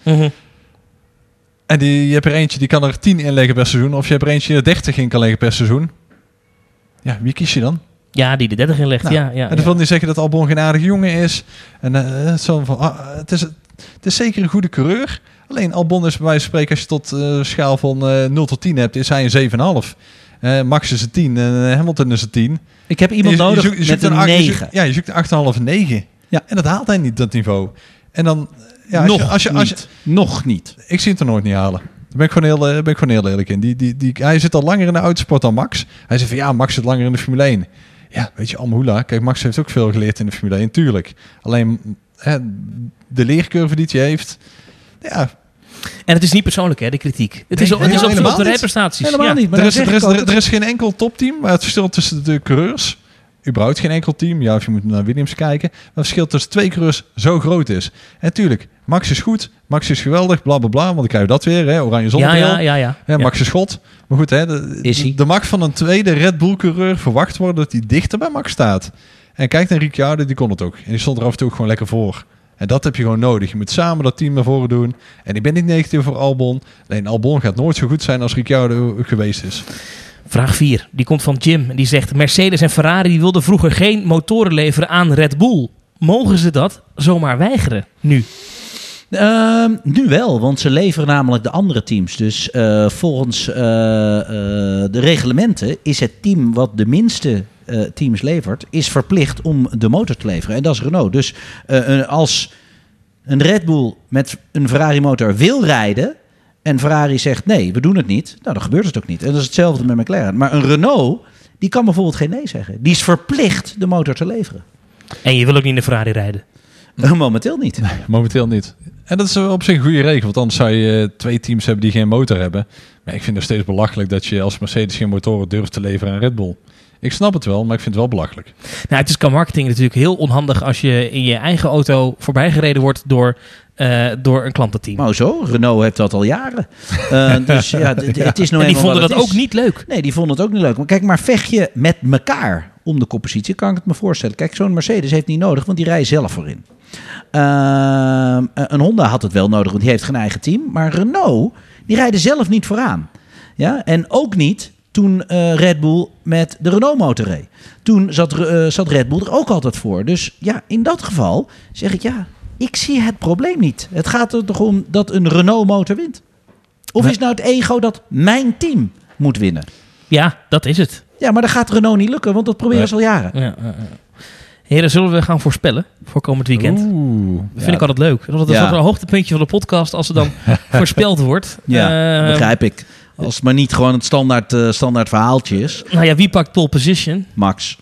En je hebt er eentje die kan er 10 in leggen per seizoen. Of je hebt er eentje die er 30 in kan leggen per seizoen. Ja, wie kies je dan? Ja, die de 30 in legt. Nou, en dat wil niet zeggen dat Albon geen aardige jongen is. En het is zeker een goede coureur. Alleen Albon is bij wijze van spreken, als je tot schaal van 0 tot 10 hebt, is hij een 7,5. Max is een 10 en Hamilton is een 10. Ik heb iemand nodig met een 9. Je zoekt een 8,5 en 9. Ja. En dat haalt hij niet, dat niveau. En dan... Ja, Nog niet. Ik zie het er nooit niet halen. Daar ben ik gewoon heel eerlijk in. Hij zit al langer in de autosport dan Max. Hij zegt van ja, Max zit langer in de Formule 1. Ja, weet je, Almhoula. Kijk, Max heeft ook veel geleerd in de Formule 1, tuurlijk. Alleen de leercurve die hij heeft... Ja. En het is niet persoonlijk, hè, de kritiek. Het is op de rijprestaties. Helemaal niet. Maar er is geen enkel topteam. Maar het verschil tussen de coureurs... überhaupt geen enkel team. Ja, of je moet naar Williams kijken. Maar het verschil tussen 2 coureurs zo groot is. En tuurlijk, Max is goed. Max is geweldig. Bla, bla, bla. Want dan krijg je dat weer. Hè, oranje zonnebril. Ja. Max is God. Maar goed, hè, de mag van een tweede Red Bull coureur verwacht worden dat hij dichter bij Max staat. En kijk naar Ricciardo, die kon het ook. En die stond er af en toe ook gewoon lekker voor. En dat heb je gewoon nodig. Je moet samen dat team naar voren doen. En ik ben niet negatief voor Albon. Alleen Albon gaat nooit zo goed zijn als Ricciardo geweest is. Vraag 4, die komt van Jim. Die zegt, Mercedes en Ferrari die wilden vroeger geen motoren leveren aan Red Bull. Mogen ze dat zomaar weigeren nu? Nu wel, want ze leveren namelijk de andere teams. Dus volgens de reglementen is het team wat de minste teams levert... is verplicht om de motor te leveren. En dat is Renault. Dus als een Red Bull met een Ferrari motor wil rijden... en Ferrari zegt nee, we doen het niet... nou, dan gebeurt het ook niet. En dat is hetzelfde met McLaren. Maar een Renault, die kan bijvoorbeeld geen nee zeggen. Die is verplicht de motor te leveren. En je wil ook niet in de Ferrari rijden? Momenteel niet. Nee, momenteel niet. En dat is op zich een goede regel. Want anders zou je 2 teams hebben die geen motor hebben. Maar ik vind het steeds belachelijk dat je als Mercedes geen motoren durft te leveren aan Red Bull. Ik snap het wel, maar ik vind het wel belachelijk. Nou, het is qua marketing natuurlijk heel onhandig als je in je eigen auto voorbijgereden wordt door een klantenteam. Nou zo, Renault heeft dat al jaren. Dus ja, het is nou en die vonden dat ook niet leuk. Nee, die vonden het ook niet leuk. Maar kijk, maar vecht je met elkaar om de koppositie, kan ik het me voorstellen. Kijk, zo'n Mercedes heeft niet nodig, want die rijdt zelf voorin. Een Honda had het wel nodig, want die heeft geen eigen team. Maar Renault, die rijden zelf niet vooraan. Ja? En ook niet toen Red Bull met de Renault-motor reed. Toen zat Red Bull er ook altijd voor. Dus ja, in dat geval zeg ik ja, ik zie het probleem niet. Het gaat er toch om dat een Renault-motor wint? Of is nou het ego dat mijn team moet winnen? Ja, dat is het. Ja, maar dat gaat Renault niet lukken, want dat proberen ze al jaren. Ja. Heren, zullen we gaan voorspellen voor komend weekend? Dat vind ik altijd leuk. Dat is een hoogtepuntje van de podcast als er dan voorspeld wordt. Ja, begrijp ik. Als het maar niet gewoon het standaard verhaaltje is. Nou ja, wie pakt pole position? Max.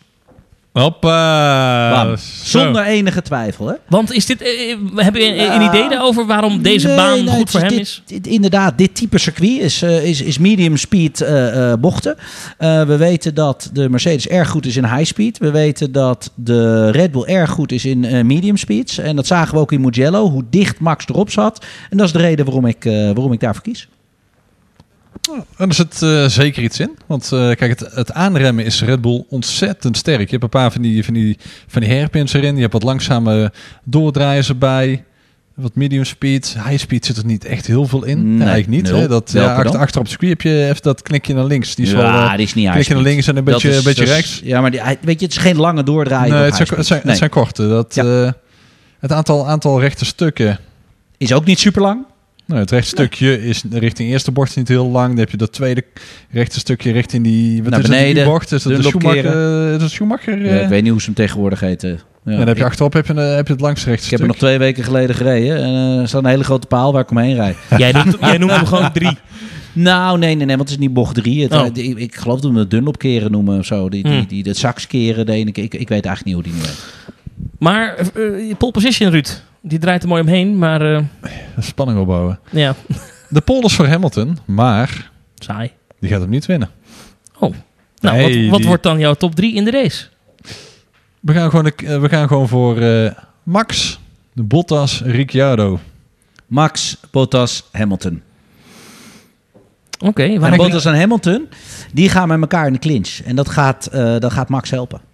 Hoppa. Zonder enige twijfel, hè? Want is dit, heb je een idee daarover waarom deze baan goed voor hem is? Inderdaad, dit type circuit is medium speed bochten. We weten dat de Mercedes erg goed is in high speed. We weten dat de Red Bull erg goed is in medium speeds. En dat zagen we ook in Mugello, hoe dicht Max erop zat. En dat is de reden waarom ik daarvoor kies. En er zit zeker iets in. Want kijk, het aanremmen is Red Bull ontzettend sterk. Je hebt een paar van die hairpins erin. Je hebt wat langzame doordraaiers erbij. Wat medium speed. High speed zit er niet echt heel veel in. Nee, eigenlijk niet. Hè? Dat, achter op het circuit heb je even dat knikje naar links. Die is die is niet high knikje speed. naar links en een beetje rechts. Ja, maar weet je, het is geen lange doordraaier. Nee, het zijn korte. Het aantal rechte stukken is ook niet super lang. Nou, het rechte stukje is richting eerste bocht niet heel lang. Dan heb je dat tweede rechte stukje richting die... Naar beneden. Die bocht? Is dat de Schumacher? Ja, ik weet niet hoe ze hem tegenwoordig heten. Ja. En dan heb je achterop heb je het langste rechte stuk. Ik heb er nog 2 weken geleden gereden. En er staat een hele grote paal waar ik omheen rijd. Jij noemt hem gewoon 3. Nou, nee, want het is niet bocht 3. Ik geloof dat we het Dunlop keren noemen of zo. Die de Saks keren, de ene keer. Ik weet eigenlijk niet hoe die nu heet. Maar pole position, Ruud. Die draait er mooi omheen, maar... Spanning opbouwen. Ja. De pole is voor Hamilton, maar... Saai. Die gaat hem niet winnen. Oh. Nou, wat wordt dan jouw top 3 in de race? We gaan gewoon voor Max, Bottas, Ricciardo. Max, Bottas, Hamilton. Oké. Bottas en Hamilton, die gaan met elkaar in de clinch. En dat gaat Max helpen. Ja.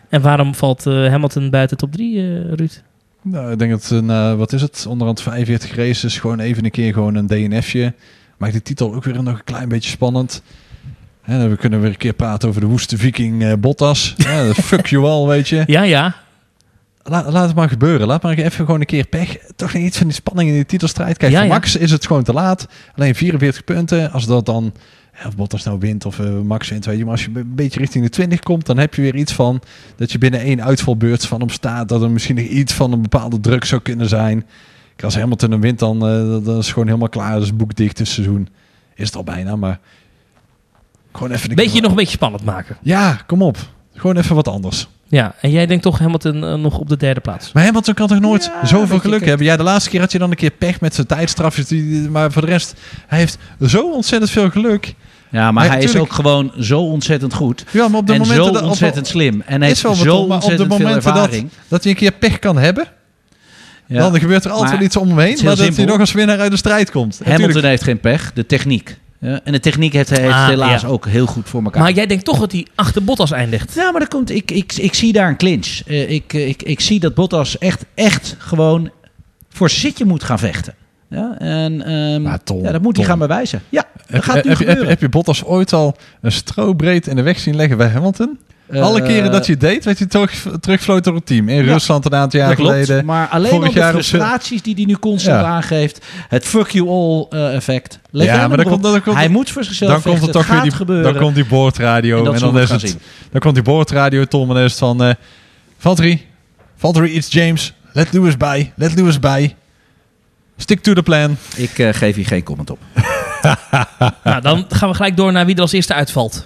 En waarom valt Hamilton buiten top 3, Ruud? Nou, ik denk dat wat is het? Onderhand 45 races, gewoon even een keer gewoon een DNF'je. Maakt de titel ook weer nog een klein beetje spannend. We kunnen weer een keer praten over de woeste viking Bottas. Fuck you all, weet je. Ja. Laat het maar gebeuren. Laat maar even gewoon een keer pech. Toch niet iets van die spanning in die titelstrijd. Kijk, voor Max is het gewoon te laat. Alleen 44 punten. Als dat dan... of Bottas nou wint of Max wint, weet je. Maar als je een beetje richting de 20 komt, dan heb je weer iets van... dat je binnen 1 uitvalbeurt van hem staat. Dat er misschien nog iets van een bepaalde druk zou kunnen zijn. Als Hamilton hem wint, dan is het gewoon helemaal klaar. Dat is boekdicht het seizoen. Is het al bijna, maar... gewoon even nog een beetje spannend maken. Ja, kom op. Gewoon even wat anders. Ja, en jij denkt toch Hamilton nog op de 3e plaats? Maar Hamilton kan toch nooit zoveel geluk hebben? Ja, de laatste keer had je dan een keer pech met zijn tijdstrafjes. Maar voor de rest, hij heeft zo ontzettend veel geluk. Ja, maar hij is ook gewoon zo ontzettend goed. Ja, maar op de en momenten zo ontzettend slim. En hij heeft zo ontzettend veel ervaring. Dat hij een keer pech kan hebben... Ja, dan gebeurt er altijd iets om hem heen. Maar dat hij nog als winnaar uit de strijd komt. Hamilton heeft geen pech, de techniek. Ja, en de techniek heeft helaas ook heel goed voor elkaar. Maar jij denkt toch dat hij achter Bottas eindigt? Ja, maar ik zie daar een clinch. Ik zie dat Bottas echt gewoon voor zijn zitje moet gaan vechten. Ja, en dat moet hij gaan bewijzen. Ja, dat gaat nu gebeuren. Heb je Bottas ooit al een strobreed in de weg zien leggen bij Hamilton? Alle keren dat je het deed, werd je terugvloot door het team. In Rusland een aantal jaar geleden. Maar alleen al de frustraties die hij nu constant aangeeft. Het fuck you all effect. Hij moet voor zichzelf vechten. Het gaat gebeuren. Dan komt die boordradio. En dan komt die boordradio, Tom, en dan is het van... Valtteri, it's James. Let Lewis by. Stick to the plan. Ik geef hier geen comment op. Nou, dan gaan we gelijk door naar wie er als eerste uitvalt.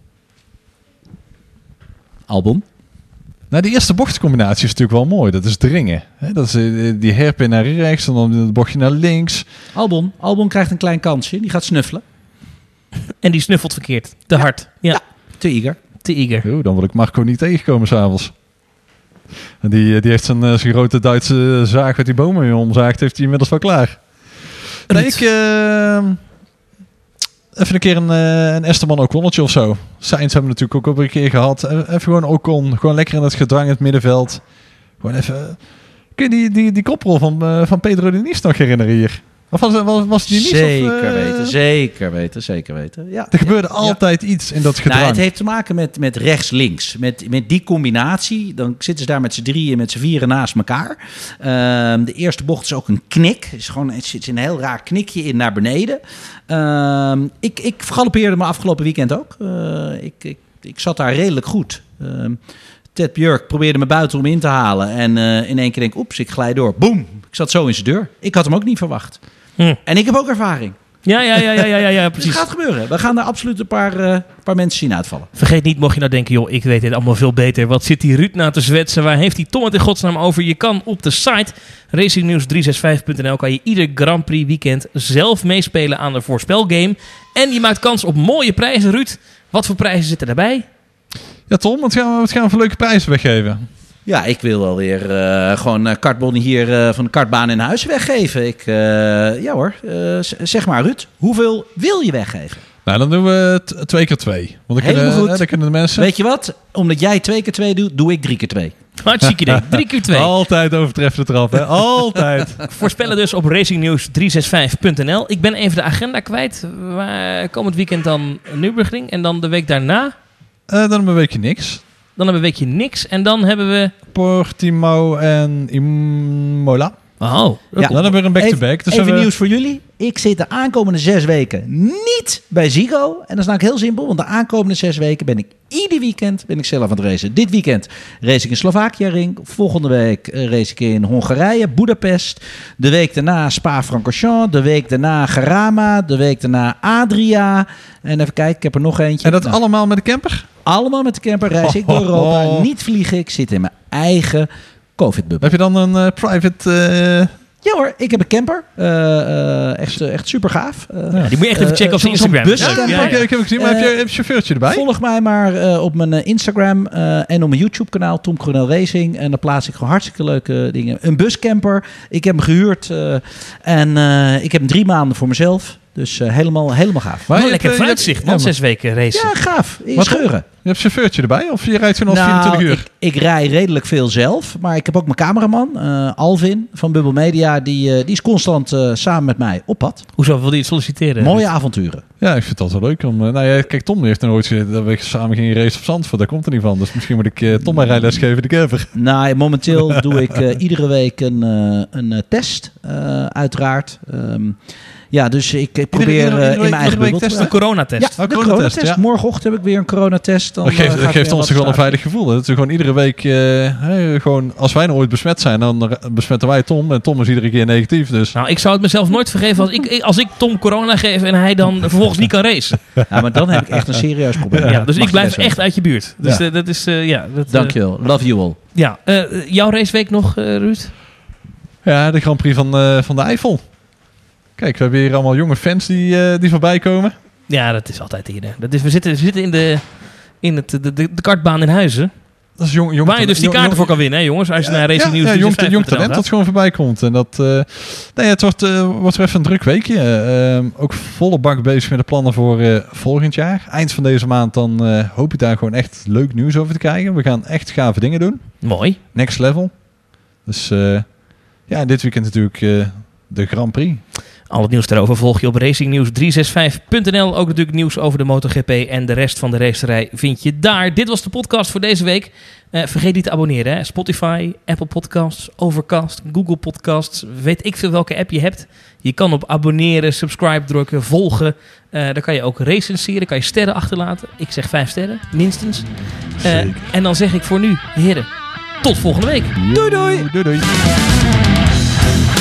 Albon. Nou, de eerste bochtcombinatie is natuurlijk wel mooi. Dat is dringen. Dat is die hairpin naar rechts en dan het bochtje naar links. Albon krijgt een klein kansje. Die gaat snuffelen. En die snuffelt verkeerd. Te hard. Ja. Te eager. Dan wil ik Marco niet tegenkomen s'avonds. En die heeft zijn grote Duitse zaag met die bomen mee omzaagt. Heeft hij inmiddels wel klaar. Nee, even een keer een Esteban Oconnetje of zo. Sainz hebben we natuurlijk ook een keer gehad. Even gewoon Ocon. Gewoon lekker in het gedrang in het middenveld. Gewoon even... Kun je die koprol van Pedro de Nies nog herinneren hier? Of was die niet? Zeker weten. Ja, er gebeurde altijd iets in dat gedrang. Nou, het heeft te maken met rechts-links. Met die combinatie. Dan zitten ze daar met z'n drieën, met z'n vieren naast elkaar. De eerste bocht is ook een knik. Er zit een heel raar knikje in naar beneden. Ik galoppeerde me afgelopen weekend ook. Ik zat daar redelijk goed. Ted Björk probeerde me buitenom in te halen. En in één keer denk ik, oeps, ik glij door. Boom! Ik zat zo in zijn deur. Ik had hem ook niet verwacht. En ik heb ook ervaring. Ja, precies. Het gaat gebeuren. We gaan daar absoluut een paar mensen zien uitvallen. Vergeet niet, mocht je nou denken, joh, ik weet dit allemaal veel beter. Wat zit die Ruud nou te zwetsen? Waar heeft die Tom het in godsnaam over? Je kan op de site racingnews365.nl kan je ieder Grand Prix weekend zelf meespelen aan de voorspelgame. En je maakt kans op mooie prijzen, Ruud. Wat voor prijzen zitten daarbij? Ja, Tom, wat gaan we voor leuke prijzen weggeven? Ja, ik wil wel weer gewoon kartbonnen hier van de kartbaan in huis weggeven. Zeg maar Ruud, hoeveel wil je weggeven? Nou, dan doen we 2 keer 2. Want dan kunnen de mensen... Weet je wat? Omdat jij 2 keer 2 doet, doe ik 3 keer 2. Hartstikke idee. 3 keer 2. Altijd overtreffende trap, hè? Altijd. Voorspellen dus op racingnews365.nl. Ik ben even de agenda kwijt. Komend weekend dan Nürburgring en dan de week daarna... dan hebben we een weekje niks. Dan hebben we een weekje niks. En dan hebben we... Portimao en Imola. Oh. Ja. Dan hebben we een back-to-back. Dus even nieuws voor jullie. Ik zit de aankomende 6 weken niet bij Ziggo. En dat is nou heel simpel. Want de aankomende 6 weken ben ik ieder weekend zelf aan het racen. Dit weekend race ik in Slovakia Ring. Volgende week race ik in Hongarije, Budapest. De week daarna Spa-Francorchamps. De week daarna Jarama. De week daarna Adria. En even kijken, ik heb er nog eentje. En dat allemaal met de camper? Allemaal met de camper reis ik door Europa. Niet vliegen. Ik zit in mijn eigen COVID-bubbel. Heb je dan een private... Ja hoor, ik heb een camper. Echt super gaaf. Die moet je echt even checken op zijn Instagram. Ik heb hem gezien, maar heb je een chauffeurtje erbij? Volg mij maar op mijn Instagram en op mijn YouTube-kanaal Tom Coronel Racing. En dan plaats ik gewoon hartstikke leuke dingen. Een buscamper. Ik heb hem gehuurd en ik heb hem 3 maanden voor mezelf. Dus helemaal gaaf. Maar lekker vooruitzicht, man. 6 weken racen. Ja, gaaf. Scheuren. Je hebt een chauffeurtje erbij of je rijdt gewoon al 24 uur? Ik rij redelijk veel zelf. Maar ik heb ook mijn cameraman, Alvin van Bubble Media. Die is constant samen met mij op pad. Hoezo wil je solliciteren? Mooie avonturen. Ja, ik vind het altijd leuk om... kijk, Tom heeft nooit gezegd dat we samen gingen racen op Zandvoort. Daar komt er niet van. Dus misschien moet ik Tom mijn rijles geven, de camper. Nou, momenteel doe ik iedere week een test, uiteraard. Dus ik probeer in mijn eigen bubbel te Een coronatest. Ja, de coronatest. Ja. Morgenochtend heb ik weer een coronatest. Dat geeft ons toch wel een veilig gevoel. Dat we gewoon iedere week, gewoon, als wij nou ooit besmet zijn, dan besmetten wij Tom. En Tom is iedere keer negatief. Dus. Nou, ik zou het mezelf nooit vergeven als ik Tom corona geef en hij dan vervolgens niet kan racen. Ja, maar dan heb ik echt een serieus probleem. Ja, dus ik blijf echt uit je buurt. Dus dat is, Dankjewel. Love you all. Ja, jouw raceweek nog, Ruud? Ja, de Grand Prix van de Eifel. Kijk, we hebben hier allemaal jonge fans die voorbij komen. Ja, dat is altijd hier. We zitten in de kartbaan in Huizen. Dat is jong waar je dus die kaarten voor kan winnen, hè, jongens. Als je naar Racing News jong talent dat gewoon voorbij komt. En dat, het wordt weer even een druk weekje. Ook volle bak bezig met de plannen voor volgend jaar. Eind van deze maand dan hoop ik daar gewoon echt leuk nieuws over te krijgen. We gaan echt gave dingen doen. Mooi. Next level. Dus dit weekend natuurlijk de Grand Prix. Al het nieuws daarover volg je op racingnews365.nl. Ook natuurlijk nieuws over de MotoGP en de rest van de racerij vind je daar. Dit was de podcast voor deze week. Vergeet niet te abonneren. Hè. Spotify, Apple Podcasts, Overcast, Google Podcasts. Weet ik veel welke app je hebt. Je kan op abonneren, subscribe drukken, volgen. Daar kan je ook recenseren, kan je sterren achterlaten. Ik zeg 5 sterren, minstens. En dan zeg ik voor nu, heren, tot volgende week. Doei doei! Doei doei!